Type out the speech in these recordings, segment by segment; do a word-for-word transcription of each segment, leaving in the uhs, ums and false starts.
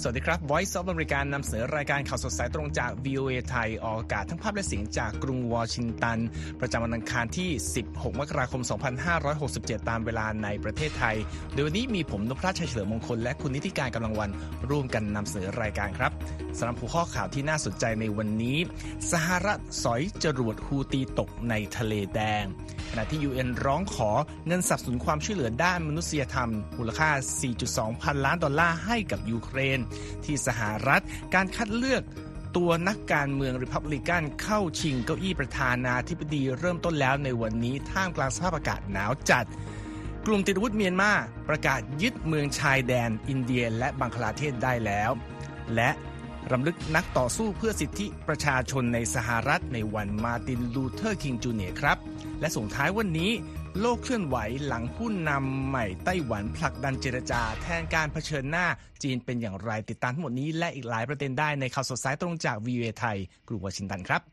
สวัสดีครับ Voice of America นำเสนอรายการข่าวสดสายตรงจาก วี โอ เอ ไทยออกอากาศทั้งภาพและเสียงจากกรุงวอชิงตันประจำวันอังคารที่สิบหกมกราคมสองพันห้าร้อยหกสิบเจ็ดตามเวลาในประเทศไทยโดยวันนี้มีผมนพรัชชัยเฉลิมมงคลและคุณนิติการกำลังวันร่วมกันนำเสนอรายการครับสำหรับหัวข้อข่าวที่น่าสนใจในวันนี้สหรัฐสอยจรวดฮูตีตกในทะเลแดงขณะที่ ยู เอ็น ร้องขอเงินสนับสนุนความช่วยเหลือด้านมนุษยธรรมมูลค่า สี่จุดสอง พันล้านดอลลาร์ให้กับยูเครนที่สหรัฐการคัดเลือกตัวนักการเมืองริพับลิกันเข้าชิงเก้าอี้ประธานาธิบดีเริ่มต้นแล้วในวันนี้ท่ามกลางสภาพอากาศหนาวจัดกลุ่มติดอาวุธเมียนมาประกาศยึดเมืองชายแดนอินเดียและบังคลาเทศได้แล้วและรำลึกนักต่อสู้เพื่อสิทธิประชาชนในสหรัฐในวันมาร์ตินลูเทอร์คิงจูเนียร์ครับและส่งท้ายวันนี้โลกเคลื่อนไหวหลังผู้นำใหม่ไต้หวันผลักดันเจรจาแทนการเผชิญหน้าจีนเป็นอย่างไรติดตามทั้งหมดนี้และอีกหลายประเด็นได้ในข่าวสดสายตรงจาก วี โอ เอ ไทยกรุงวอชิงตันครับ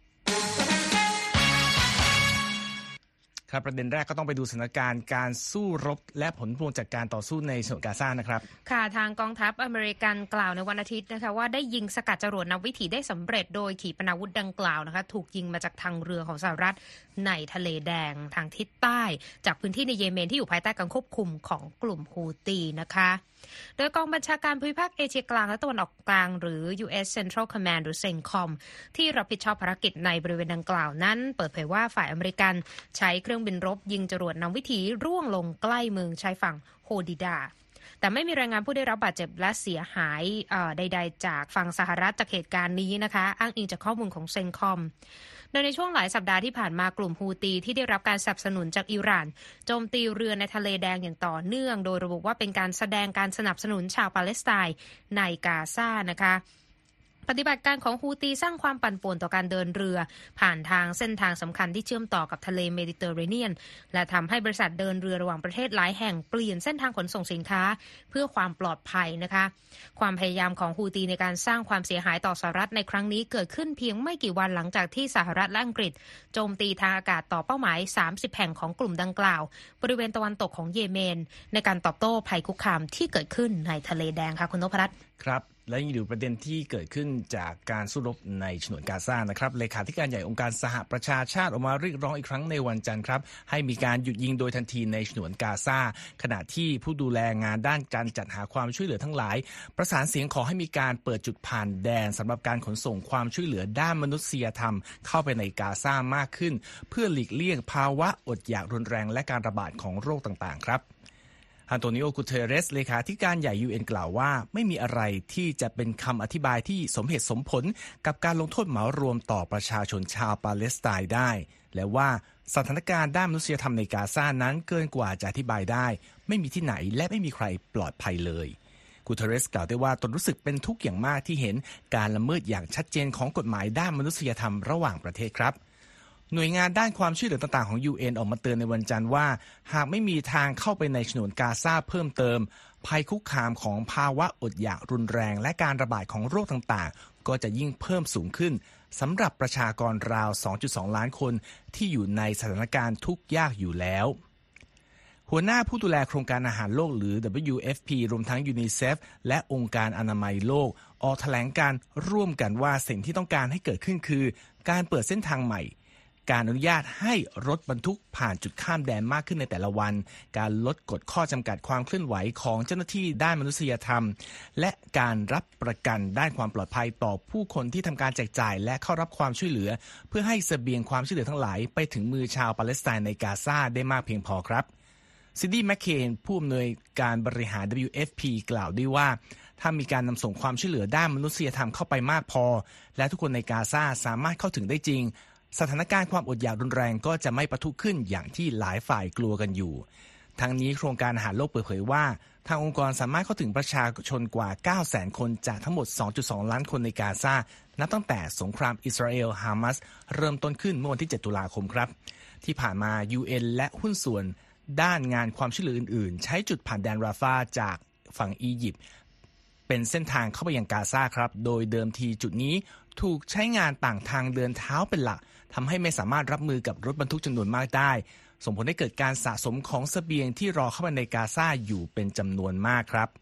ครับประเด็นแรกก็ต้องไปดูสถานการณ์การสู้รบและผลพวงจากการต่อสู้ในฉนวนกาซานะครับค่ะทางกองทัพอเมริกันกล่าวในวันอาทิตย์นะคะว่าได้ยิงสกัดจรวดนำวิถีได้สำเร็จโดยขีปนาวุธดังกล่าวนะคะถูกยิงมาจากทางเรือของสหรัฐในทะเลแดงทางทิศใต้จากพื้นที่ในเยเมนที่อยู่ภายใต้การควบคุมของกลุ่มฮูตีนะคะโดยกองบัญชาการภูมิภาคเอเชียกลางและตะวันออกกลางหรือ ยู เอส Central Command หรือ เซนคอม ที่รับผิดชอบภารกิจในบริเวณดังกล่าวนั้นเปิดเผยว่าฝ่ายอเมริกันใช้เครื่องบินรบยิงจรวดนำวิถีร่วงลงใกล้เมืองชายฝั่งโฮดิดาแต่ไม่มีรายงานผู้ได้รับบาดเจ็บและเสียหายใดๆจากฝั่งสหรัฐจากเหตุการณ์นี้นะคะอ้างอิงจากข้อมูลของเซนคอมโดยในช่วงหลายสัปดาห์ที่ผ่านมากลุ่มฮูตีที่ได้รับการสนับสนุนจากอิหร่านโจมตีเรือในทะเลแดงอย่างต่อเนื่องโดยระบุว่าเป็นการแสดงการสนับสนุนชาวปาเลสไตน์ในกาซานะคะปฏิบัติการของฮูตีสร้างความปั่นป่วนต่อการเดินเรือผ่านทางเส้นทางสำคัญที่เชื่อมต่อกับทะเลเมดิเตอร์เรเนียนและทำให้บริษัทเดินเรือระหว่างประเทศหลายแห่งเปลี่ยนเส้นทางขนส่งสินค้าเพื่อความปลอดภัยนะคะความพยายามของฮูตีในการสร้างความเสียหายต่อสหรัฐในครั้งนี้เกิดขึ้นเพียงไม่กี่วันหลังจากที่สหรัฐและอังกฤษโจมตีทางอากาศต่อเป้าหมายสามสิบแห่งของกลุ่มดังกล่าวบริเวณตะวันตกของเยเมนในการตอบโต้ภัยคุกคามที่เกิดขึ้นในทะเลแดงค่ะคุณนพรัตน์ครับและยังอยู่ประเด็นที่เกิดขึ้นจากการสู้รบในฉนวนกาซานะครับเลขาธิการใหญ่องค์การสหประชาชาติออกมาเรียกร้องอีกครั้งในวันจันทร์ครับให้มีการหยุดยิงโดยทันทีในฉนวนกาซาขณะที่ผู้ดูแลงานด้านการจัดหาความช่วยเหลือทั้งหลายประสานเสียงขอให้มีการเปิดจุดผ่านแดนสำหรับการขนส่งความช่วยเหลือด้านมนุษยธรรมเข้าไปในกาซามากขึ้นเพื่อหลีกเลี่ยงภาวะอดอยากรุนแรงและการระบาดของโรคต่างๆครับอันโตนิโอ กูเทเรสเลขาธิการใหญ่ ยู เอ็น กล่าวว่าไม่มีอะไรที่จะเป็นคำอธิบายที่สมเหตุสมผลกับการลงโทษเหมารวมต่อประชาชนชาวปาเลสไตน์ได้และว่าสถานการณ์ด้านมนุษยธรรมในกาซานั้นเกินกว่าจะอธิบายได้ไม่มีที่ไหนและไม่มีใครปลอดภัยเลยกูเทเรสกล่าวได้ว่าตนรู้สึกเป็นทุกข์อย่างมากที่เห็นการละเมิดอย่างชัดเจนของกฎหมายด้านมนุษยธรรมระหว่างประเทศครับหน่วยงานด้านความช่วยเหลือต่างๆของ ยู เอ็น ออกมาเตือนในวันจันทร์ว่าหากไม่มีทางเข้าไปในฉนวนกาซาเพิ่มเติมภัยคุกคามของภาวะอดอยากรุนแรงและการระบาดของโรคต่างๆก็จะยิ่งเพิ่มสูงขึ้นสำหรับประชากรราว สองจุดสอง ล้านคนที่อยู่ในสถานการณ์ทุกข์ยากอยู่แล้วหัวหน้าผู้ดูแลโครงการอาหารโลกหรือ ดับเบิลยู เอฟ พี รวมทั้งยูนิเซฟและองค์การอนามัยโลกออกแถลงการร่วมกันว่าสิ่งที่ต้องการให้เกิดขึ้นคือการเปิดเส้นทางใหม่การอนุญาตให้รถบรรทุกผ่านจุดข้ามแดนมากขึ้นในแต่ละวันการลดกฎข้อจำกัดความเคลื่อนไหวของเจ้าหน้าที่ด้านมนุษยธรรมและการรับประกันด้านความปลอดภัยต่อผู้คนที่ทำการแจกจ่ายและเข้ารับความช่วยเหลือเพื่อให้เสบียงความช่วยเหลือทั้งหลายไปถึงมือชาวปาเลสไตน์ในกาซาได้มากเพียงพอครับซินดี้แมคเคนผู้อำนวยการบริหาร ดับเบิลยู เอฟ พี กล่าวด้วยว่าถ้ามีการนำส่งความช่วยเหลือด้านมนุษยธรรมเข้าไปมากพอและทุกคนในกาซาสามารถเข้าถึงได้จริงสถานการณ์ความอดอยากรุนแรงก็จะไม่ปะทุขึ้นอย่างที่หลายฝ่ายกลัวกันอยู่ทั้งนี้โครงการอาหารโลกเปิดเผยว่าทางองค์กรสามารถเข้าถึงประชาชนกว่า เก้าแสน คนจากทั้งหมด สองจุดสอง ล้านคนในกาซานับตั้งแต่สงครามอิสราเอลฮามาสเริ่มต้นขึ้นเมื่อวันที่เจ็ดตุลาคมครับที่ผ่านมา ยู เอ็น และหุ้นส่วนด้านงานความช่วยเหลืออื่นๆใช้จุดผ่านแดนราฟาจากฝั่งอียิปต์เป็นเส้นทางเข้าไปยังกาซาครับโดยเดิมทีจุดนี้ถูกใช้งานต่างทางเดินเท้าเป็นหลักทำให้ไม่สามารถรับมือกับรถบรรทุกจำนวนมากได้ส่งผลให้เกิดการสะสมของเสบียงที่รอเข้ามาในกาซาอยู่เป็นจำนวนมากครับ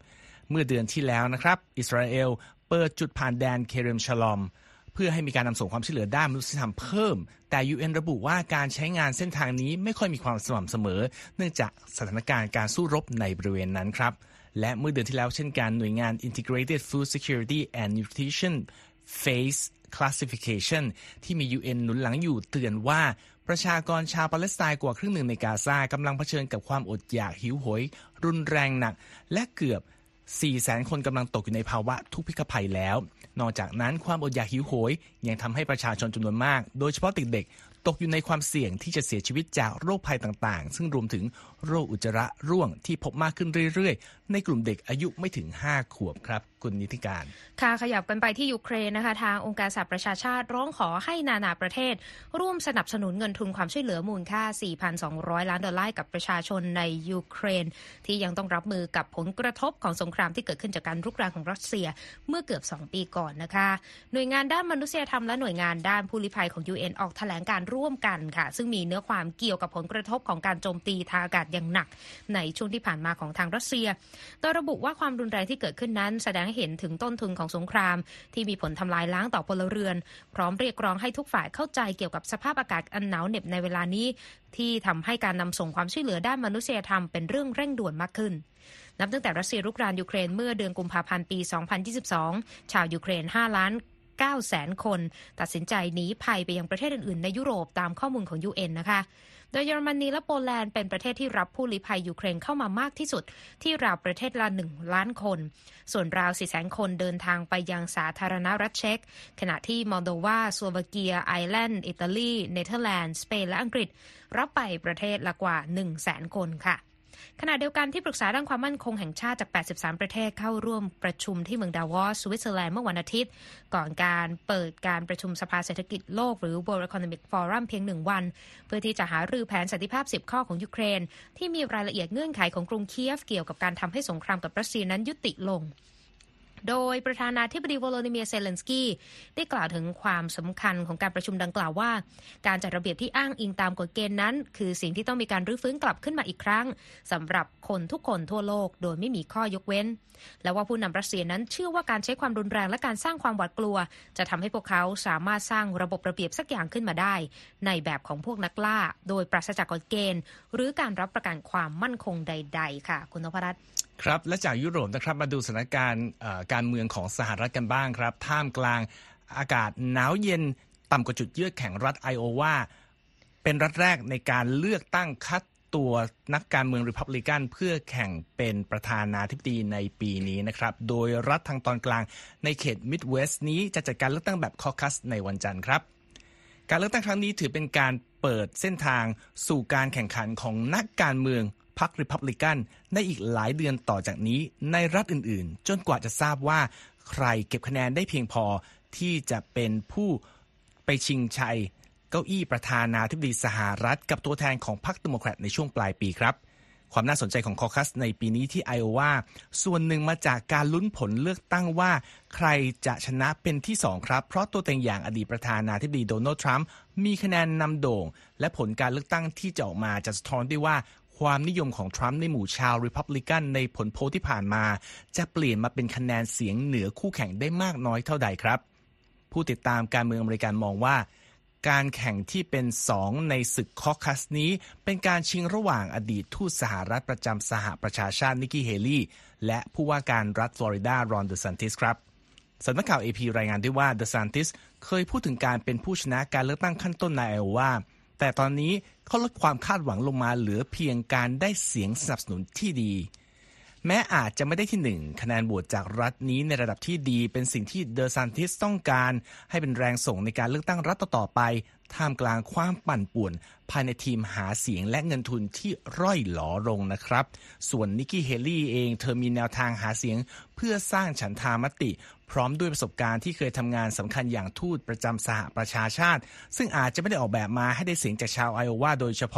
เมื่อเดือนที่แล้วนะครับอิสราเอลเปิดจุดผ่านแดนเคเรมชลอมเพื่อให้มีการนำส่งความช่วยเหลือด้านมนุษยธรรมเพิ่มแต่ ยู เอ็น ระบุว่าการใช้งานเส้นทางนี้ไม่ค่อยมีความสม่ำเสมอเนื่องจากสถานการณ์การสู้รบในบริเวณนั้นครับและเมื่อเดือนที่แล้วเช่นกันหน่วยงาน Integrated Food Security and Nutrition Phase Classification ที่มี ยู เอ็น หนุนหลังอยู่เตือนว่าประชากรชาวปาเลสไตน์กว่าครึ่งหนึ่งในกาซากำลังเผชิญกับความอดอยากหิวโหยรุนแรงหนักและเกือบ สี่แสน คนกำลังตกอยู่ในภาวะทุพพภัยแล้วนอกจากนั้นความอดอยากหิวโหยยังทำให้ประชาชนจำนวนมากโดยเฉพาะเด็กๆตกอยู่ในความเสี่ยงที่จะเสียชีวิตจากโรคภัยต่างๆซึ่งรวมถึงโรคอุจจาระร่วงที่พบมากขึ้นเรื่อยๆในกลุ่มเด็กอายุไม่ถึงห้าขวบครับคุณนิติการค่ะขยับกันไปที่ยูเครนนะคะทางองค์การสหประชาชาติร้องขอให้นานาประเทศร่วมสนับสนุนเงินทุนความช่วยเหลือมูลค่า สี่พันสองร้อย ล้านดอลลาร์กับประชาชนในยูเครนที่ยังต้องรับมือกับผลกระทบของสงครามที่เกิดขึ้นจากการรุกรานของรัสเซียเมื่อเกือบสองปีก่อนนะคะหน่วยงานด้านมนุษยธรรมและหน่วยงานด้านผู้ลี้ภัยของ ยู เอ็น ออกแถลงการร่วมกันค่ะซึ่งมีเนื้อความเกี่ยวกับผลกระทบของการโจมตีทางอากาศอย่างหนักในช่วงที่ผ่านมาของทางรัสเซียโดยระบุว่าความรุนแรงที่เกิดขึ้นนั้นแสดงให้เห็นถึงต้นทุนของสงครามที่มีผลทำลายล้างต่อพลเรือนพร้อมเรียกร้องให้ทุกฝ่ายเข้าใจเกี่ยวกับสภาพอากาศอันหนาวเหน็บในเวลานี้ที่ทำให้การนำส่งความช่วยเหลือด้านมนุษยธรรมเป็นเรื่องเร่งด่วนมากขึ้นนับตั้งแต่รัสเซียรุกรานยูเครนเมื่อเดือนกุมภาพันธ์ปี สองพันยี่สิบสอง ชาวยูเครน ห้าล้านเก้าแสน คนตัดสินใจหนีภัยไปยังประเทศอื่นๆในยุโรปตามข้อมูลของ ยู เอ็น นะคะโดยเยอรมนีและโปแลนด์เป็นประเทศที่รับผู้ลี้ภัยยูเครนเข้ามามากที่สุดที่ราวประเทศละหนึ่งล้านคนส่วนราว สี่แสน คนเดินทางไปยังสาธารณรัฐเช็กขณะที่มอลโดวาสโลวาเกียไอร์แลนด์อิตาลีเนเธอร์แลนด์สเปนและอังกฤษรับไปประเทศละกว่า หนึ่งแสน คนค่ะขณะเดียวกันที่ปรึกษาด้านความมั่นคงแห่งชาติจากแปดสิบสามประเทศเข้าร่วมประชุมที่เมืองดาวอสสวิตเซอร์แลนด์เมื่อวันอาทิตย์ก่อนการเปิดการประชุมสภาเศรษฐกิจโลกหรือ World Economic Forum เพียงหนึ่งวันเพื่อที่จะหารือแผนสันติภาพสิบข้อของยูเครนที่มีรายละเอียดเงื่อนไขของกรุงเคียฟเกี่ยวกับการทำให้สงครามกับรัสเซียนั้นยุติลงโดยประธานาธิบดีโวโลดิเมียร์เซเลนสกี้ได้กล่าวถึงความสำคัญของการประชุมดังกล่าวว่าการจัดระเบียบที่อ้างอิงตามกฎเกณฑ์นั้นคือสิ่งที่ต้องมีการรื้อฟื้นกลับขึ้นมาอีกครั้งสำหรับคนทุกคนทั่วโลกโดยไม่มีข้อยกเว้นและว่าผู้นำรัสเซียนั้นเชื่อว่าการใช้ความรุนแรงและการสร้างความหวาดกลัวจะทำให้พวกเขาสามารถสร้างระบบระเบียบสักอย่างขึ้นมาได้ในแบบของพวกนักล่าโดยปราศจากกฎเกณฑ์หรือการรับประกันความมั่นคงใดๆค่ะคุณนพรัตน์ครับและจากยุโรปนะครับมาดูสถานการณ์การเมืองของสหรัฐกันบ้างครับท่ามกลางอากาศหนาวเย็นต่ำกว่าจุดเยือกแข็งรัฐไอโอวาเป็นรัฐแรกในการเลือกตั้งคัดตัวนักการเมืองริพับลิกันเพื่อแข่งเป็นประธานาธิบดีในปีนี้นะครับโดยรัฐทางตอนกลางในเขตมิดเวสต์นี้จะจัดการเลือกตั้งแบบคอคัสในวันจันทร์ครับการเลือกตั้งครั้งนี้ถือเป็นการเปิดเส้นทางสู่การแข่งขันของนักการเมืองพรรคริพับลิกันในอีกหลายเดือนต่อจากนี้ในรัฐอื่นๆจนกว่าจะทราบว่าใครเก็บคะแนนได้เพียงพอที่จะเป็นผู้ไปชิงชัยเก้าอี้ประธานาธิบดีสหรัฐกับตัวแทนของพรรคเดโมแครตในช่วงปลายปีครับความน่าสนใจของคอคัสในปีนี้ที่ไอโอวาส่วนหนึ่งมาจากการลุ้นผลเลือกตั้งว่าใครจะชนะเป็นที่สองครับเพราะตัวเต็งอย่างอดีตประธานาธิบดีโดนัลด์ทรัมป์มีคะแนนนำโด่งและผลการเลือกตั้งที่จะออกมาจะสะท้อนได้ว่าความนิยมของทรัมป์ในหมู่ชาวริพับลิกันในผลโพลที่ผ่านมาจะเปลี่ยนมาเป็นคะแนนเสียงเหนือคู่แข่งได้มากน้อยเท่าใดครับผู้ติดตามการเมืองอเมริกันมองว่าการแข่งที่เป็นสองในศึกคอคัสนี้เป็นการชิงระหว่างอดีตทูตสหรัฐประจำสหประชาชาตินิกกี้เฮลีและผู้ว่าการรัฐฟลอริดารอนเดซันติสครับสำนักข่าว เอ พี รายงานด้วยว่าเดซันติสเคยพูดถึงการเป็นผู้ชนะการเลือกตั้งขั้นต้นในไอโอวาแต่ตอนนี้เขาลดความคาดหวังลงมาเหลือเพียงการได้เสียงสนับสนุนที่ดีแม้อาจจะไม่ได้ที่หนึ่งคะแนนโหวตจากรัฐนี้ในระดับที่ดีเป็นสิ่งที่เดอซันติสต้องการให้เป็นแรงส่งในการเลือกตั้งรัฐต่อไปท่ามกลางความปั่นป่วนภายในทีมหาเสียงและเงินทุนที่ร่อยหลอลงนะครับส่วนนิกกี้เฮลี่เองเธอมีแนวทางหาเสียงเพื่อสร้างฉันทามติพร้อมด้วยประสบการณ์ที่เคยทำงานสำคัญอย่างทูตประจำสหประชาชาติซึ่งอาจจะไม่ได้ออกแบบมาให้ได้เสียงจากชาวไอโอวาโดยเฉพาะ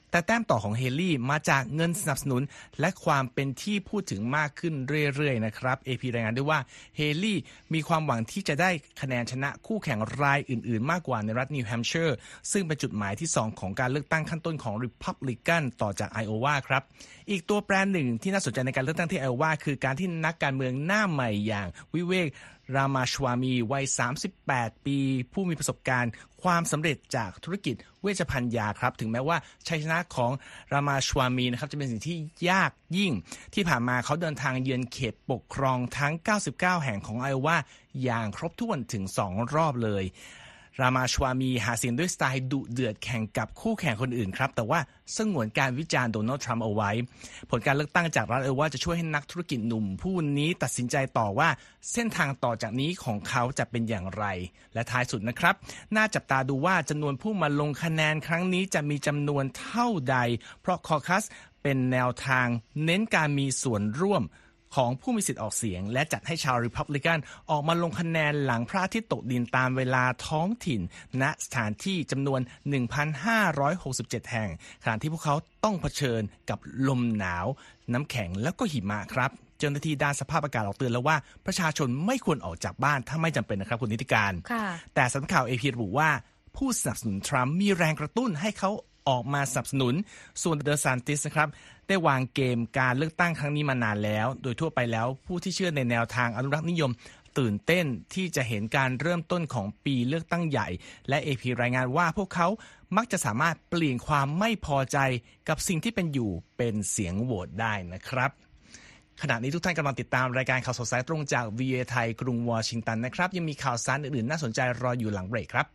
แต่แต้มต่อของเฮลี่มาจากเงินสนับสนุนและความเป็นที่พูดถึงมากขึ้นเรื่อยๆนะครับ เอ พี รายงานด้วยว่าเฮลี่มีความหวังที่จะได้คะแนนชนะคู่แข่งรายอื่นๆมากกว่าในรัฐนิวแฮมป์เชอร์ซึ่งเป็นจุดหมายที่สองของการเลือกตั้งขั้นต้นของ Republican ต่อจากไอโอวาครับอีกตัวแปรหนึ่งที่น่าสนใจในการเลือกตั้งที่ไอโอวาคือการที่นักการเมืองหน้าใหม่อย่างวิเวกรามาชวามีวัยสามสิบแปดปีผู้มีประสบการณ์ความสำเร็จจากธุรกิจเวชภัณฑ์ยาครับถึงแม้ว่าชัยชนะของรามาชวามีนะครับจะเป็นสิ่งที่ยากยิ่งที่ผ่านมาเขาเดินทางเยือนเขตปกครองทั้งเก้าสิบเก้าแห่งของไอโอวาอย่างครบถ้วนถึงสองรอบเลยรามาชวามีหาเสียงด้วยสไตล์ดุเดือดแข่งกับคู่แข่งคนอื่นครับแต่ว่าสงวนการวิจารณ์โดนัลด์ทรัมป์เอาไว้ผลการเลือกตั้งจากรัฐไอโอวาจะช่วยให้นักธุรกิจหนุ่มผู้นี้ตัดสินใจต่อว่าเส้นทางต่อจากนี้ของเขาจะเป็นอย่างไรและท้ายสุดนะครับน่าจับตาดูว่าจำนวนผู้มาลงคะแนนครั้งนี้จะมีจำนวนเท่าใดเพราะคอคัสเป็นแนวทางเน้นการมีส่วนร่วมของผู้มีสิทธิ์ออกเสียงและจัดให้ชาว Republican ออกมาลงคะแนนหลังพระอาทิตย์ตกดินตามเวลาท้องถิ่นณสถานที่จำนวน หนึ่งพันห้าร้อยหกสิบเจ็ด แห่งขณะที่พวกเขาต้องเผชิญกับลมหนาวน้ำแข็งแล้วก็หิมะครับเจ้าหน้าที่ด้านสภาพอากาศออกเตือนแล้วว่าประชาชนไม่ควรออกจากบ้านถ้าไม่จำเป็นนะครับคุณนิติการแต่สำนักข่าว เอ พี ระบุว่าผู้สนับสนุนทรัมป์มีแรงกระตุ้นให้เขาออกมาสนับสนุนส่วนเดอซานติสนะครับได้วางเกมการเลือกตั้งครั้งนี้มานานแล้วโดยทั่วไปแล้วผู้ที่เชื่อในแนวทางอนุรักษ์นิยมตื่นเต้นที่จะเห็นการเริ่มต้นของปีเลือกตั้งใหญ่และ เอ พี รายงานว่าพวกเขามักจะสามารถเปลี่ยนความไม่พอใจกับสิ่งที่เป็นอยู่เป็นเสียงโหวตได้นะครับขณะนี้ทุกท่านกำลังติดตามรายการข่าวสดสายตรงจาก วี โอ เอ ไทยกรุงวอชิงตันนะครับยังมีข่าวสารอื่นๆน่าสนใจรออยู่หลังเบรกครับ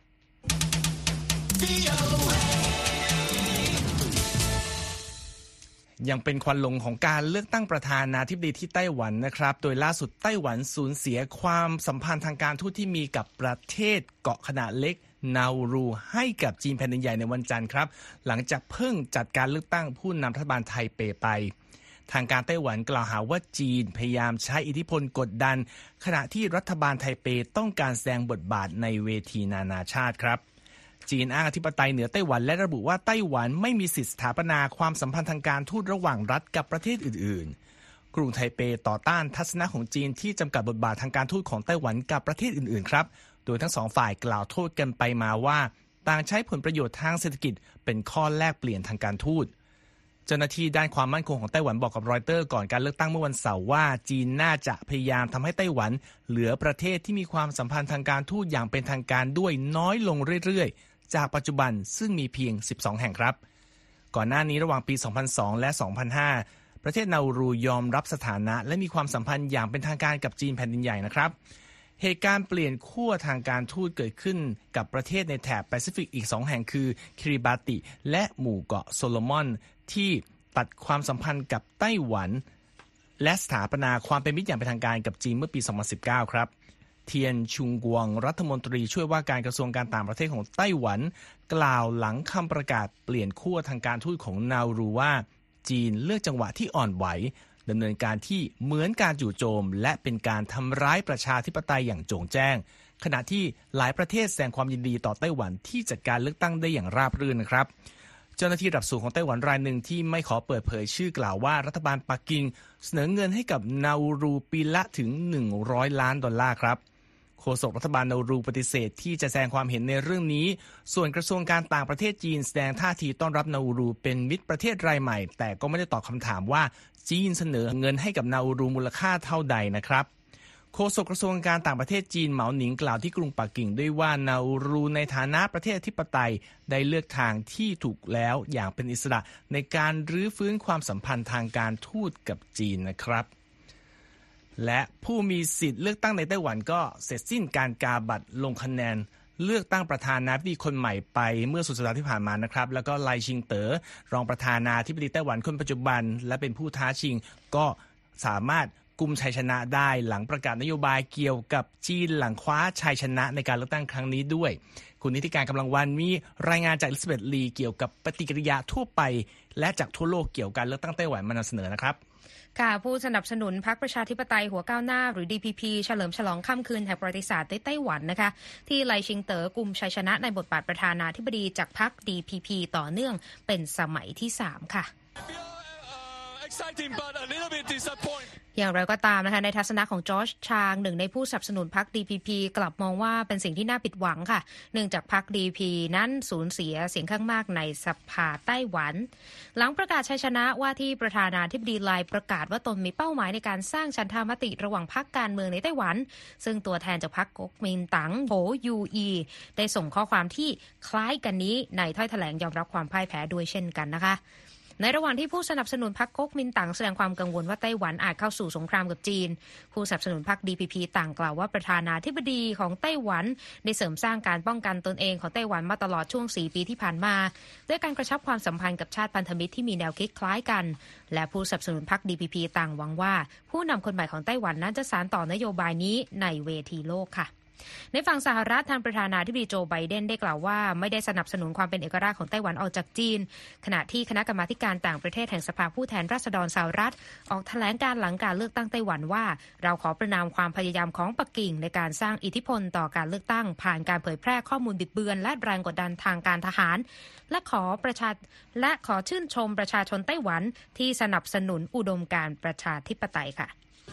ยังเป็นควันหลงของการเลือกตั้งประธานาธิบดีที่ไต้หวันนะครับโดยล่าสุดไต้หวันสูญเสียความสัมพันธ์ทางการทูตที่มีกับประเทศเกาะขนาดเล็กนาอูรูให้กับจีนแผ่นดินใหญ่ในวันจันทร์ครับหลังจากเพิ่งจัดการเลือกตั้งผู้นำรัฐบาลไทเปไปทางการไต้หวันกล่าวหาว่าจีนพยายามใช้อิทธิพลกดดันขณะที่รัฐบาลไทเปต้องการแสดงบทบาทในเวทีนานาชาติครับจีนอ้างอธิปไตยเหนือไต้หวันและระบุว่าไต้หวันไม่มีสิทธิสถาปนาความสัมพันธ์ทางการทูตระหว่างรัฐกับประเทศอื่นๆกรุงไทเปต่อต้านทัศนะของจีนที่จำกัดบทบาททางการทูตของไต้หวันกับประเทศอื่นๆครับโดยทั้งสองฝ่ายกล่าวโทษกันไปมาว่าต่างใช้ผลประโยชน์ทางเศรษฐกิจเป็นข้อแลกเปลี่ยนทางการทูตเจ้าหน้าที่ด้านความมั่นคงของไต้หวันบอกกับรอยเตอร์ก่อนการเลือกตั้งเมื่อวันเสาร์ว่าจีนน่าจะพยายามทำให้ไต้หวันเหลือประเทศที่มีความสัมพันธ์ทางการทูตอย่างเป็นทางการด้วยน้อยลงเรื่อยๆจากปัจจุบันซึ่งมีเพียงสิบสองแห่งครับก่อนหน้านี้ระหว่างปีสองพันสองและสองพันห้าประเทศนาอูรูยอมรับสถานะและมีความสัมพันธ์อย่างเป็นทางการกับจีนแผ่นดินใหญ่นะครับเหตุการณ์เปลี่ยนขั้วทางการทูตเกิดขึ้นกับประเทศในแถบแปซิฟิกอีกสองแห่งคือคิริบาติและหมู่เกาะโซโลมอนที่ตัดความสัมพันธ์กับไต้หวันและสถาปนาความเป็นมิตรอย่างเป็นทางการกับจีนเมื่อปีสองพันสิบเก้าครับเทียนชุงกวงรัฐมนตรีช่วยว่าการกระทรวงการต่างประเทศของไต้หวันกล่าวหลังคำประกาศเปลี่ยนขั้วทางการทูตของนาอูรูว่าจีนเลือกจังหวะที่อ่อนไหวดำเนินการที่เหมือนการจู่โจมและเป็นการทำร้ายประชาธิปไตยอย่างโจ่งแจ้งขณะที่หลายประเทศแสดงความยินดีต่อไต้หวันที่จัดการเลือกตั้งได้อย่างราบรื่นนะครับเจ้าหน้าที่ระดับสูงของไต้หวันรายหนึ่งที่ไม่ขอเปิดเผยชื่อกล่าวว่ารัฐบาลปักกิ่งเสนอเงินให้กับนาอูรูปีละถึงหนึ่งร้อยล้านดอลลาร์ครับโฆษกรัฐบาลนาอูรูปฏิเสธที่จะแสดงความเห็นในเรื่องนี้ส่วนกระทรวงการต่างประเทศจีนแสดงท่าทีต้อนรับนาอูรูเป็นมิตรประเทศรายใหม่แต่ก็ไม่ได้ตอบคำถามว่าจีนเสนอเงินให้กับนาอูรูมูลค่าเท่าใดนะครับโฆษกกระทรวงการต่างประเทศจีนเหมาหนิงกล่าวที่กรุงปักกิ่งด้วยว่านาอูรูในฐานะประเทศอธิปไตยได้เลือกทางที่ถูกแล้วอย่างเป็นอิสระในการรื้อฟื้นความสัมพันธ์ทางการทูตกับจีนนะครับและผู้มีสิทธิ์เลือกตั้งในไต้หวันก็เสร็จสิ้นการกาบัตรลงคะแนนเลือกตั้งประธานาธิบดีคนใหม่ไปเมื่อสุดสัปดาห์ที่ผ่านมานะครับแล้วก็ไลชิงเต๋อรองประธานาธิบดีไต้หวันคนปัจจุบันและเป็นผู้ท้าชิงก็สามารถกุมชัยชนะได้หลังประกาศนโยบายเกี่ยวกับจีนหลังคว้าชัยชนะในการเลือกตั้งครั้งนี้ด้วยคุณนิติการกำลังวันมีรายงานจากอลิซาเบธลีเกี่ยวกับปฏิกิริยาทั่วไปและจากทั่วโลกเกี่ยวกับการเลือกตั้งไต้หวันมานำเสนอนะครับค่ะผู้สนับสนุนพรรคประชาธิปไตยหัวก้าวหน้าหรือ ดี พี พี เฉลิมฉลองค่ำคืนแห่งประวัติศาสตร์ในไต้หวันนะคะที่ไลชิงเต๋อกุมชัยชนะในบทบาทประธานาธิบดีจากพรรค ดี พี พี ต่อเนื่องเป็นสมัยที่สามค่ะอย่างไรก็ตามนะคะในทัศนะของจอร์จชางหนึ่งในผู้สนับสนุนพรรค ดี พี พี กลับมองว่าเป็นสิ่งที่น่าผิดหวังค่ะเนื่องจากพรรค ดี พี นั้นสูญเสียเสียงข้างมากในสภาไต้หวันหลังประกาศชัยชนะว่าที่ประธานาธิบดีไลประกาศว่าตนมีเป้าหมายในการสร้างฉันทามติระหว่างพรรคการเมืองในไต้หวันซึ่งตัวแทนจากพรรคก๊กมินตั๋งโหยูอีได้ส่งข้อความที่คล้ายกันนี้ในถ้อยแถลงยอมรับความพ่ายแพ้ด้วยเช่นกันนะคะในระหว่างที่ผู้สนับสนุนพรรคก๊กมินตั๋งแสดงความกังวลว่าไต้หวันอาจเข้าสู่สงครามกับจีนผู้สนับสนุนพรรค ดี พี พี ต่างกล่าวว่าประธานาธิบดีของไต้หวันได้เสริมสร้างการป้องกันตนเองของไต้หวันมาตลอดช่วงสี่ปีที่ผ่านมาด้วยการกระชับความสัมพันธ์กับชาติพันธมิตรที่มีแนวคิดคล้ายกันและผู้สนับสนุนพรรค ดี พี พี ต่างหวังว่าผู้นำคนใหม่ของไต้หวันนั้นจะสานต่อนโยบายนี้ในเวทีโลกค่ะในฝั่งสหรัฐทางประธานาธิบดีโจไบเดนได้กล่าวว่าไม่ได้สนับสนุนความเป็นเอกราชของไต้หวันออกจากจีนขณะที่คณะกรรมาการต่างประเทศแห่งสภาผู้แทนราษฎรสหรัฐออกแถลงการหลังการเลือกตั้งไต้หวันว่าเราขอประณามความพยายามของปักกิ่งในการสร้างอิทธิพลต่อการเลือกตั้งผ่านการเผยแพร่ข้อมูลบิดเบือนและแรงกดดันทางการทหารและขอประชาและขอชื่นชมประชาชนไต้หวันที่สนับสนุนอุดมการณ์ประชาธิปไตยค่ะ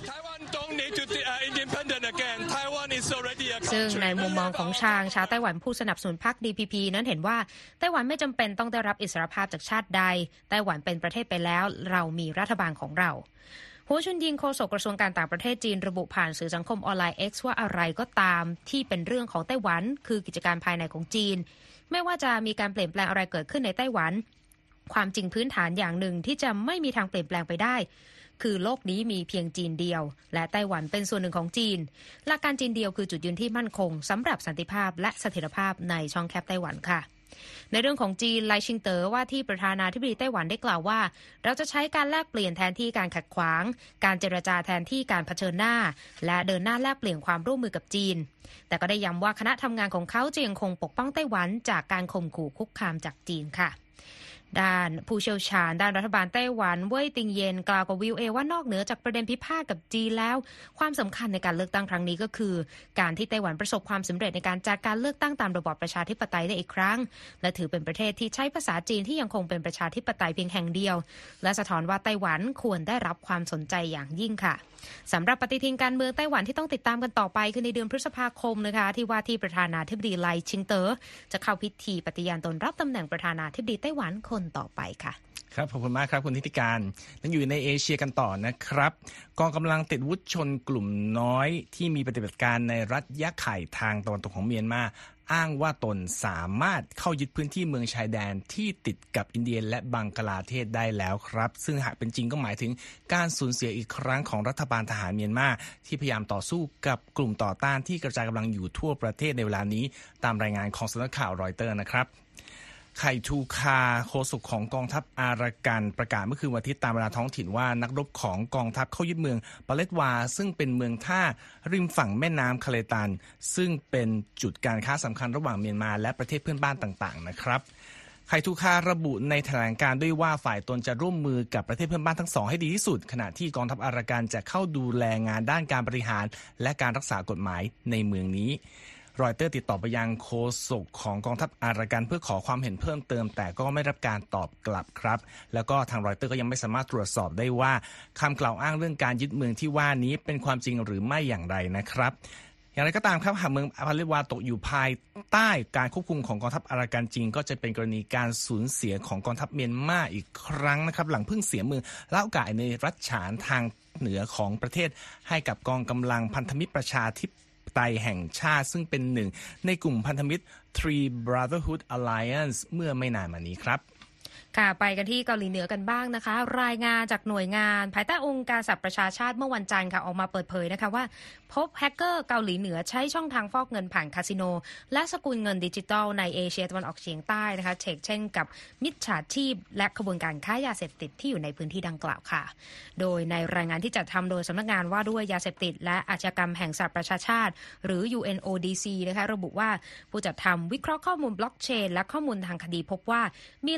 ซึ่งในมุมมองของชางชาวไต้หวันผู้สนับสนุนพรรค ดี พี พี นั้นเห็นว่าไต้หวันไม่จำเป็นต้องได้รับอิสรภาพจากชาติใดไต้หวันเป็นประเทศไปแล้วเรามีรัฐบาลของเราหัวชุนยิงโฆษกกระทรวงการต่างประเทศจีนระบุผ่านสื่อสังคมออนไลน์ X ว่าอะไรก็ตามที่เป็นเรื่องของไต้หวันคือกิจการภายในของจีนไม่ว่าจะมีการเปลี่ยนแปลงอะไรเกิดขึ้นในไต้หวันความจริงพื้นฐานอย่างหนึ่งที่จะไม่มีทางเปลี่ยนแปลงไปได้คือโลกนี้มีเพียงจีนเดียวและไต้หวันเป็นส่วนหนึ่งของจีนหลักการจีนเดียวคือจุดยืนที่มั่นคงสำหรับสันติภาพและเสถียรภาพในช่องแคบไต้หวันค่ะในเรื่องของจีนไลชิงเต๋อว่าที่ประธานาธิบดีไต้หวันได้กล่าวว่าเราจะใช้การแลกเปลี่ยนแทนที่การขัดขวางการเจรจาแทนที่การเผชิญหน้าและเดินหน้าแลกเปลี่ยนความร่วมมือกับจีนแต่ก็ได้ย้ำว่าคณะทำงานของเขาจะยังคงปกป้องไต้หวันจากการข่มขู่คุกคามจากจีนค่ะด้านผู้เชี่ยวชาญด้านรัฐบาลไต้หวันเว่ยติงเย็นกล่าวกับวิวเอว่านอกเหนือจากประเด็นพิพาทกับจีนแล้วความสำคัญในการเลือกตั้งครั้งนี้ก็คือการที่ไต้หวันประสบความสำเร็จในการจัดการเลือกตั้งตามระบอบประชาธิปไตยได้อีกครั้งและถือเป็นประเทศที่ใช้ภาษาจีนที่ยังคงเป็นประชาธิปไตยเพียงแห่งเดียวและสะท้อนว่าไต้หวันควรได้รับความสนใจอย่างยิ่งค่ะสำหรับปฏิทินการเมืองไต้หวันที่ต้องติดตามกันต่อไปคือในเดือนพฤษภาคมนะคะที่ว่าที่ประธานาธิบดีไลชิงเต๋อจะเข้าพิธีปฏิญาณตนรับตำแหน่งประธานาธิบดีไต้หวันคนต่อไปค่ะครับขอบคุณมากครับคุณธิติการยังอยู่ในเอเชียกันต่อนะครับกองกำลังติดอาวุธชนกลุ่มน้อยที่มีปฏิบัติการในรัฐยะไข่ทางตะวันตกของเมียนมาอ้างว่าตนสามารถเข้ายึดพื้นที่เมืองชายแดนที่ติดกับอินเดียและบังกลาเทศได้แล้วครับซึ่งหากเป็นจริงก็หมายถึงการสูญเสียอีกครั้งของรัฐบาลทหารเมียนมาที่พยายามต่อสู้กับกลุ่มต่อต้านที่กระจายกำลังอยู่ทั่วประเทศในเวลานี้ตามรายงานของสำนักข่าวรอยเตอร์นะครับไข่ทูคาโฆษกของกองทัพอารากันประกาศเมื่อคืนวันอาทิตย์ตามเวลาท้องถิ่นว่านักรบของกองทัพเข้ายึดเมืองปาเลตวาซึ่งเป็นเมืองท่าริมฝั่งแม่น้ำคาเลตันซึ่งเป็นจุดการค้าสำคัญระหว่างเมียนมาและประเทศเพื่อนบ้านต่างๆนะครับไข่ทูคาระบุในแถลงการด้วยว่าฝ่ายตนจะร่วมมือกับประเทศเพื่อนบ้านทั้งสองให้ดีที่สุดขณะที่กองทัพอารากันจะเข้าดูแลงานด้านการบริหารและการรักษากฎหมายในเมืองนี้รอยเตอร์ติดต่อไปยังโฆษกของกองทัพอารากันเพื่อขอความเห็นเพิ่มเติมแต่ก็ไม่รับการตอบกลับครับแล้วก็ทางรอยเตอร์ก็ยังไม่สามารถตรวจสอบได้ว่าคำกล่าวอ้างเรื่องการยึดเมืองที่ว่านี้เป็นความจริงหรือไม่อย่างไรนะครับอย่างไรก็ตามครับหากเมืองปาเลตวาตกอยู่ภายใต้การควบคุมของกองทัพอารากันจริงก็จะเป็นกรณีการสูญเสียของกองทัพเมียนมาอีกครั้งนะครับหลังเพิ่งเสียเมืองละโอกาสในรัฐฉานทางเหนือของประเทศให้กับกองกำลังพันธมิตรประชาธิปไตยแห่งชาติซึ่งเป็นหนึ่งในกลุ่มพันธมิตร Three Brotherhood Alliance เมื่อไม่นานมานี้ครับค่ะไปกันที่เกาหลีเหนือกันบ้างนะคะรายงานจากหน่วยงานภายใต้องค์การสหประชาชาติเมื่อวันจันทร์ค่ะออกมาเปิดเผยนะคะว่าพบแฮกเกอร์เกาหลีเหนือใช้ช่องทางฟอกเงินผ่านคาสิโนและสกุลเงินดิจิทัลในเอเชียตะวันออกเฉียงใต้นะคะเชกเช่นกับมิจฉาชีพและขบวนการค้ายาเสพติดที่อยู่ในพื้นที่ดังกล่าวค่ะโดยในรายงานที่จัดทำโดยสำนักงานว่าด้วยยาเสพติดและอาชญากรรมแห่งสหประชาชาติหรือ ยู เอ็น โอ ดี ซี นะคะระบุว่าผู้จัดทำวิเคราะห์ข้อมูลบล็อกเชนและข้อมูลทางคดีพบว่ามีหลายกร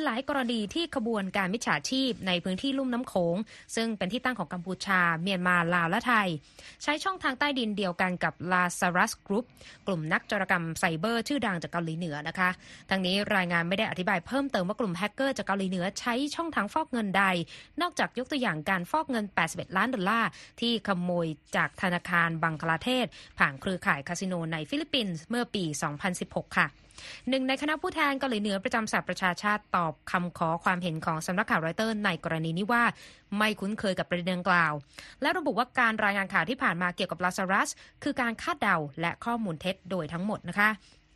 ดีที่ขบวนการมิจฉาชีพในพื้นที่ลุ่มน้ำโขงซึ่งเป็นที่ตั้งของกัมพูชาเมียนมาลาวและไทยใช้ช่องทางใต้ดินเดียวกันกับ Lazarus Group กลุ่มนักโจรกรรมไซเบอร์ชื่อดังจากเกาหลีเหนือนะคะทั้งนี้รายงานไม่ได้อธิบายเพิ่มเติมว่ากลุ่มแฮกเกอร์จากเกาหลีเหนือใช้ช่องทางฟอกเงินใดนอกจากยกตัวอย่างการฟอกเงินแปดสิบเอ็ดล้านดอลลาร์ที่ขโมยจากธนาคารบังคลาเทศผ่านเครือข่ายคาสิโนในฟิลิปปินส์เมื่อปีสองพันสิบหกค่ะหนึ่งในคณะผู้แทนเกาหลีเหนือประจำสหประชาชาติตอบคำขอความเห็นของสำนักข่าวรอยเตอร์ในกรณีนี้ว่าไม่คุ้นเคยกับประเด็นดังกล่าวและระบุว่าการรายงานข่าวที่ผ่านมาเกี่ยวกับ Lazarus คือการคาดเดาและข้อมูลเท็จโดยทั้งหมดนะคะ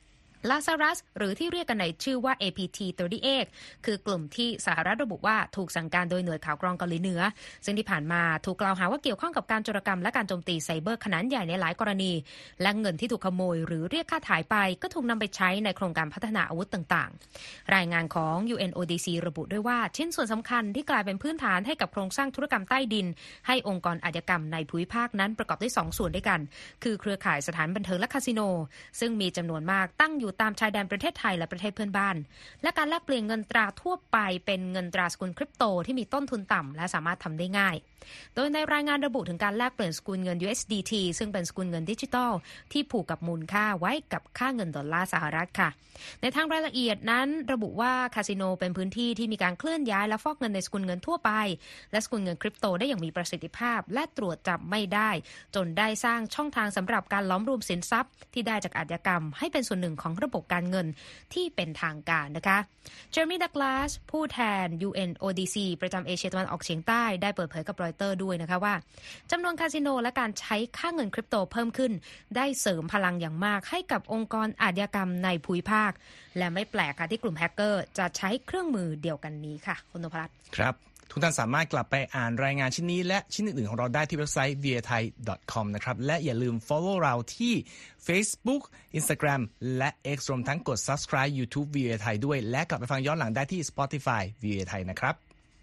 Lazarus หรือที่เรียกกันในชื่อว่า เอ พี ที สามสิบแปด คือกลุ่มที่สหรัฐระบุว่าถูกสั่งการโดยหน่วยข่าวกรองเกาหลีเหนือซึ่งที่ผ่านมาถูกกล่าวหาว่าเกี่ยวข้องกับการโจรกรรมและการโจมตีไซเบอร์ขนาดใหญ่ในหลายกรณีและเงินที่ถูกขโมยหรือเรียกค่าถ่ายไปก็ถูกนำไปใช้ในโครงการพัฒนาอาวุธต่างๆรายงานของ ยู เอ็น โอ ดี ซี ระบุด้วยว่าชิ้นส่วนสำคัญที่กลายเป็นพื้นฐานให้กับโครงสร้างธุรกรรมใต้ดินให้องค์กรอาชญากรรมในภูมิภาคนั้นประกอบด้วยสองส่วนด้วยกันคือเครือข่ายสถานบันเทิงและคาสิโนซึ่งมีจำนวนมากตั้งอยู่ตามชายแดนประเทศไทยและประเทศเพื่อนบ้านและการแลกเปลี่ยนเงินตราทั่วไปเป็นเงินตราสกุลคริปโตที่มีต้นทุนต่ำและสามารถทำได้ง่ายโดยในรายงานระบุถึงการแลกเปลี่ยนสกุลเงิน ยู เอส ดี ที ซึ่งเป็นสกุลเงินดิจิทัลที่ผูกกับมูลค่าไว้กับค่าเงินดอลลาร์สหรัฐค่ะในทางรายละเอียดนั้นระบุว่าคาสิโนเป็นพื้นที่ที่มีการเคลื่อนย้ายและฟอกเงินในสกุลเงินทั่วไปและสกุลเงินคริปโตได้อย่างมีประสิทธิภาพและตรวจจับไม่ได้จนได้สร้างช่องทางสำหรับการล้อมรวมสินทรัพย์ที่ได้จากอาชญากรรมให้เป็นส่วนหนึ่งของระบบการเงินที่เป็นทางการนะคะเจอร์มี่ ดักลาสผู้แทน ยู เอ็น โอ ดี ซี ประจำเอเชียตะวันออกเฉียงใต้ได้เปิดเผยกับรอยเตอร์ด้วยนะคะว่าจำนวนคาสิโนและการใช้ค่าเงินคริปโตเพิ่มขึ้นได้เสริมพลังอย่างมากให้กับองค์กรอาชญากรรมในภูมิภาคและไม่แปลกค่ะที่กลุ่มแฮกเกอร์จะใช้เครื่องมือเดียวกันนี้ค่ะคุณนพรัตน์ครับทุกท่านสามารถกลับไปอ่านรายงานชิ้นนี้และชิ้นอื่นๆของเราได้ที่เว็บไซต์ วี เอ ไทย ดอท คอม นะครับและอย่าลืม follow เราที่ Facebook Instagram และ X รวมทั้งกด subscribe YouTube วี เอ ไทยด้วยและกลับไปฟังย้อนหลังได้ที่ Spotify วี เอ ไทยนะครับ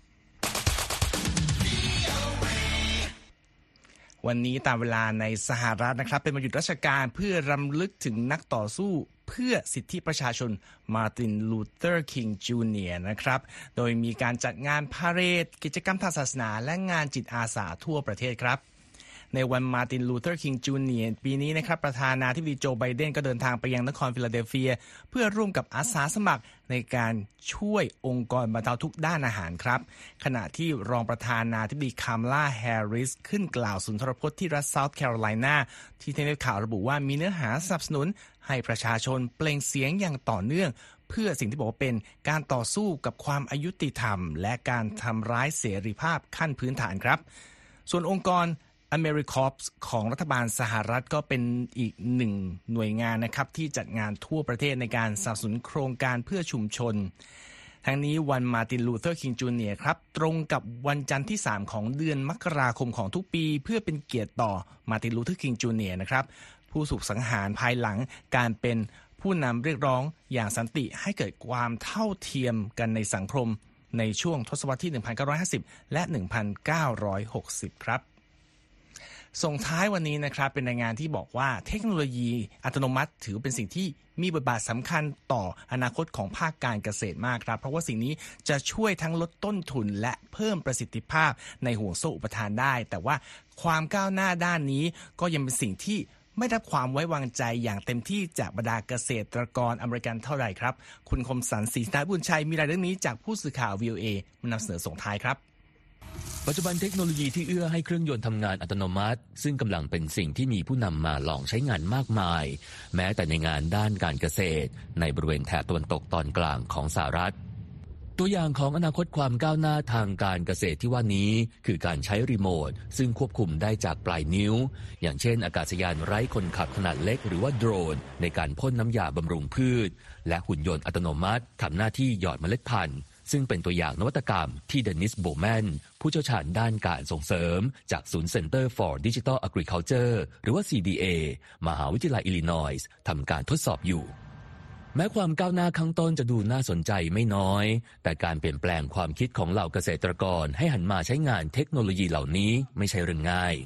วันนี้ตามเวลาในสหรัฐนะครับเป็นวันหยุดราชการเพื่อรำลึกถึงนักต่อสู้เพื่อสิทธิประชาชนมาร์ติน ลูเทอร์ คิง จูเนียร์ นะครับโดยมีการจัดงานพาเหรดกิจกรรมทางศาสนาและงานจิตอาสาทั่วประเทศครับในวันมาร์ติน ลูเทอร์ คิง จูเนียร์ ปีนี้นะครับประธานาธิบดีโจไบเดนก็เดินทางไปยังนครฟิลาเดลเฟียเพื่อร่วมกับอาสาสมัครในการช่วยองค์กรบรรเทาทุกข์ด้านอาหารครับขณะที่รองประธานาธิบดีคามลาแฮร์ริสขึ้นกล่าวสุนทรพจน์ที่รัฐเซาท์แคโรไลนาที่ทำเนียบข่าวระบุว่ามีเนื้อหาสนับสนุนให้ประชาชนเปล่งเสียงอย่างต่อเนื่องเพื่อสิ่งที่บอกว่าเป็นการต่อสู้กับความอายุติธรรมและการทำร้ายเสรีภาพขั้นพื้นฐานครับส่วนองค์กรAmeriCorps ของรัฐบาลสหรัฐก็เป็นอีกหนึ่งหน่วยงานนะครับที่จัดงานทั่วประเทศในการสนับสนุนโครงการเพื่อชุมชนทั้งนี้วันมาร์ติน ลูเทอร์ คิง จูเนียร์ ครับตรงกับวันจันทร์ที่สามของเดือนมกราคมของทุกปีเพื่อเป็นเกียรติต่อมาร์ติน ลูเทอร์ คิง จูเนียร์ นะครับผู้ถูกสังหารภายหลังการเป็นผู้นำเรียกร้องอย่างสันติให้เกิดความเท่าเทียมกันในสังคมในช่วงทศวรรษที่ หนึ่งพันเก้าร้อยห้าสิบ และ หนึ่งพันเก้าร้อยหกสิบ ครับส่งท้ายวันนี้นะครับเป็นรายงานที่บอกว่าเทคโนโลยีอัตโนมัติถือเป็นสิ่งที่มีบทบาทสำคัญต่ออนาคตของภาคการเกษตรมากครับเพราะว่าสิ่งนี้จะช่วยทั้งลดต้นทุนและเพิ่มประสิทธิภาพในห่วงโซ่อุปทานได้แต่ว่าความก้าวหน้าด้านนี้ก็ยังเป็นสิ่งที่ไม่ได้รับความไว้วางใจอย่างเต็มที่จากบรรดาเกษตรกรอเมริกันเท่าไหร่ครับคุณคมสันต์ ศรีสนาบุญชัยมีรายเรื่องนี้จากผู้สื่อข่าว วี โอ เอ มานำเสนอส่งท้ายครับปัจจุบันเทคโนโลยีที่เอื้อให้เครื่องยนต์ทำงานอัตโนมัติซึ่งกำลังเป็นสิ่งที่มีผู้นำมาลองใช้งานมากมายแม้แต่ในงานด้านการเกษตรในบริเวณแถบตะวันตกตอนกลางของสหรัฐตัวอย่างของอนาคตความก้าวหน้าทางการเกษตรที่ว่านี้คือการใช้รีโมทซึ่งควบคุมได้จากปลายนิ้วอย่างเช่นอากาศยานไร้คนขับขนาดเล็กหรือว่าโดรนในการพ่นน้ำยาบำรุงพืชและหุ่นยนต์อัตโนมัติทำหน้าที่หยอดเมล็ดพันธุ์ซึ่งเป็นตัวอย่างนวัตกรรมที่เดนิส โบแมนผู้เชี่ยวชาญด้านการส่งเสริมจากศูนย์ Center for Digital Agriculture หรือว่า ซี ดี เอ มหาวิทยาลัยอิลลินอยส์ทำการทดสอบอยู่แม้ความก้าวหน้าข้างต้นจะดูน่าสนใจไม่น้อยแต่การเปลี่ยนแปลงความคิดของเหล่าเกษตรกรให้หันมาใช้งานเทคโนโลยีเหล่านี้ไม่ใช่เรื่องง่าย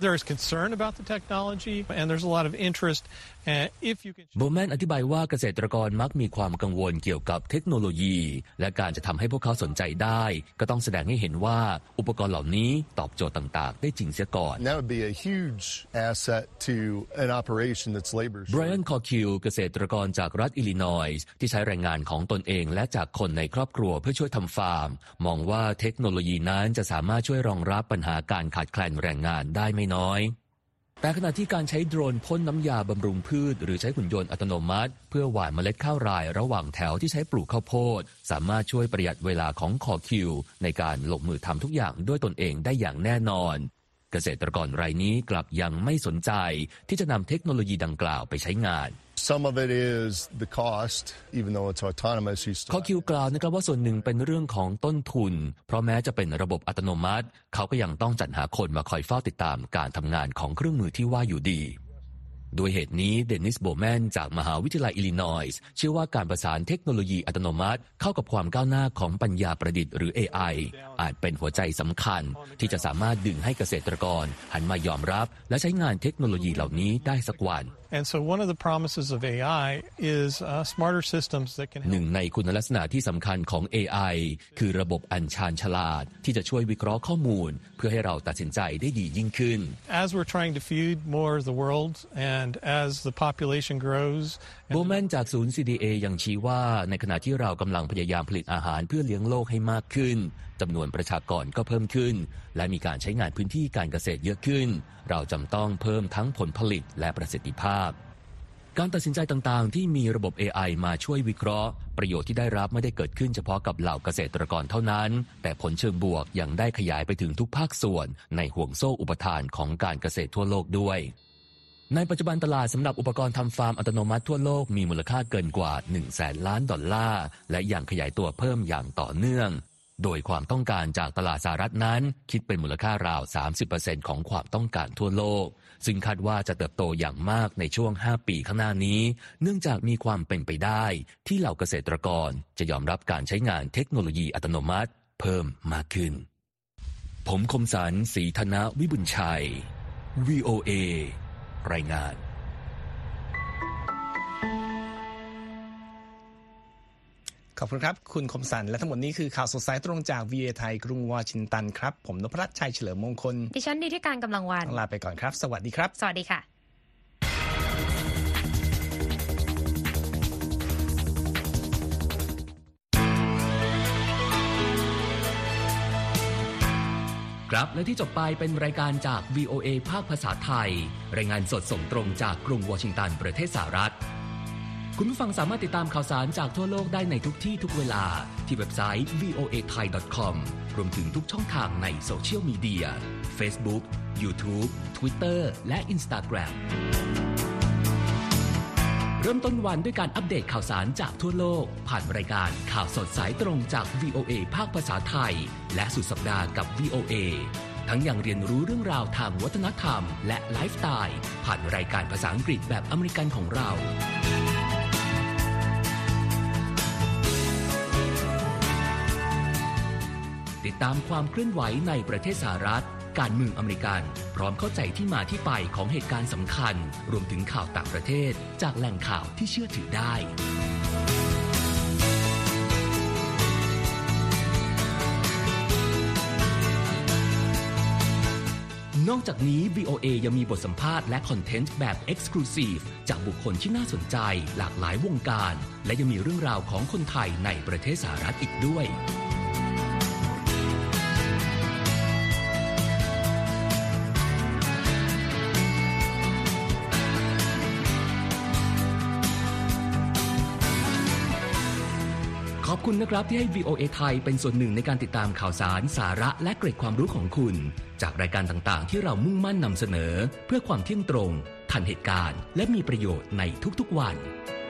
There is concern about the technology, and there's a lot of interest. And if you can... โบแมนอธิบายว่าเกษตรกรมักมีความกังวลเกี่ยวกับเทคโนโลยีและการจะทำให้พวกเขาสนใจได้ก็ต้องแสดงให้เห็นว่าอุปกรณ์เหล่านี้ตอบโจทย์ต่างๆได้จริงเสียก่อน That would be a huge asset to an operation that's labor. Brian Corkill เกษตรกรจากรัฐอิลลินอยส์ที่ใช้แรงงานของตนเองและจากคนในครอบครัวเพื่อช่วยทำฟาร์มมองว่าเทคโนโลยีนั้นจะสามารถช่วยรองรับปัญหาการขาดแคลนแรงงานได้ไม่น้อยแต่ขณะที่การใช้โดรนพ่นน้ำยาบำรุงพืชหรือใช้หุ่นยนต์อัตโนมัติเพื่อหว่านเมล็ดข้าวรายระหว่างแถวที่ใช้ปลูกข้าวโพดสามารถช่วยประหยัดเวลาของคอคิวในการลงมือทำทุกอย่างด้วยตนเองได้อย่างแน่นอนเกษตรกรรายนี้กลับยังไม่สนใจที่จะนำเทคโนโลยีดังกล่าวไปใช้งาน Some of it is the cost, even though it's autonomous. ข้อคิวกล่าวนะครับว่าส่วนหนึ่งเป็นเรื่องของต้นทุนเพราะแม้จะเป็นระบบอัตโนมัติเขาก็ยังต้องจัดหาคนมาคอยเฝ้าติดตามการทำงานของเครื่องมือที่ว่าอยู่ดีโดยเหตุนี้เดนิสโบแมนจากมหาวิทยาลัยอิลลินอยส์เชื่อว่าการประสานเทคโนโลยีอัตโนมัติเข้ากับความก้าวหน้าของปัญญาประดิษฐ์หรือ เอ ไอ อาจเป็นหัวใจสำคัญที่จะสามารถดึงให้เกษตรกรหันมายอมรับและใช้งานเทคโนโลยีเหล่านี้ได้สักวัน And so one of the promises of เอ ไอ is uh, smarter systems that can หนึ่งในคุณลักษณะที่สำคัญของ เอ ไอ คือระบบอัญชานฉลาดที่จะช่วยวิเคราะห์ข้อมูลเพื่อให้เราตัดสินใจได้ดียิ่งขึ้น As we're trying to feed more of the world and as the population grows โบแมนจากศูนย์ ซี ดี เอ ยังชี้ว่าในขณะที่เรากำลังพยายามผลิตอาหารเพื่อเลี้ยงโลกให้มากขึ้นจำนวนประชากรก็เพิ่มขึ้นและมีการใช้งานพื้นที่การเกษตรเยอะขึ้นเราจำต้องเพิ่มทั้งผลผลิตและประสิทธิภาพการตัดสินใจต่างๆที่มีระบบ เอ ไอ มาช่วยวิเคราะห์ประโยชน์ที่ได้รับไม่ได้เกิดขึ้นเฉพาะกับเหล่าเกษตรกรเท่านั้นแต่ผลเชิงบวกยังได้ขยายไปถึงทุกภาคส่วนในห่วงโซ่อุปทานของการเกษตรทั่วโลกด้วยในปัจจุบันตลาดสำหรับอุปกรณ์ทำฟาร์มอัตโนมัติทั่วโลกมีมูลค่าเกินกว่า หนึ่งแสนล้านดอลลาร์และยังขยายตัวเพิ่มอย่างต่อเนื่องโดยความต้องการจากตลาดสหรัฐนั้นคิดเป็นมูลค่าราว สามสิบเปอร์เซ็นต์ ของความต้องการทั่วโลกซึ่งคาดว่าจะเติบโตอย่างมากในช่วงห้าปีข้างหน้านี้เนื่องจากมีความเป็นไปได้ที่เหล่าเกษตรกรจะยอมรับการใช้งานเทคโนโลยีอัตโนมัติเพิ่มมากขึ้นผมคมสันต์ ศรีธนวิบุญชัย วี โอ เอ รายงานขอบคุณครับคุณคมสันและทั้งหมดนี้คือข่าวสดสายตรงจาก วี โอ เอ ไทยกรุงวอชิงตันครับผมนพรัตน์ชัยเฉลิมมงคลดิฉันนิติการกำลังวันลาไปก่อนครับสวัสดีครับสวัสดีค่ะครับและที่จบไปเป็นรายการจาก วี โอ เอ ภาคภาษาไทยรายงานสดส่งตรงจากกรุงวอชิงตันประเทศสหรัฐคุณผู้ฟังสามารถติดตามข่าวสารจากทั่วโลกได้ในทุกที่ทุกเวลาที่เว็บไซต์ วี โอ เอ ไทย ดอท คอม รวมถึงทุกช่องทางในโซเชียลมีเดีย Facebook YouTube Twitter และ Instagram เริ่มต้นวันด้วยการอัปเดตข่าวสารจากทั่วโลกผ่านรายการข่าวสดสายตรงจาก วี โอ เอ ภาคภาษาไทยและสุดสัปดาห์กับ วี โอ เอ ทั้งยังเรียนรู้เรื่องราวทางวัฒนธรรมและไลฟ์สไตล์ผ่านรายการภาษาอังกฤษแบบอเมริกันของเราติดตามความเคลื่อนไหวในประเทศสหรัฐการเมืองอเมริกันพร้อมเข้าใจที่มาที่ไปของเหตุการณ์สำคัญรวมถึงข่าวต่างประเทศจากแหล่งข่าวที่เชื่อถือได้นอกจากนี้ วี โอ เอ ยังมีบทสัมภาษณ์และคอนเทนต์แบบ Exclusive จากบุคคลที่น่าสนใจหลากหลายวงการและยังมีเรื่องราวของคนไทยในประเทศสหรัฐอีกด้วยขอบคุณนะครับที่ให้ วี โอ เอ ไทยเป็นส่วนหนึ่งในการติดตามข่าวสารสาระและเกร็ดความรู้ของคุณจากรายการต่างๆที่เรามุ่งมั่นนำเสนอเพื่อความเที่ยงตรงทันเหตุการณ์และมีประโยชน์ในทุกๆวัน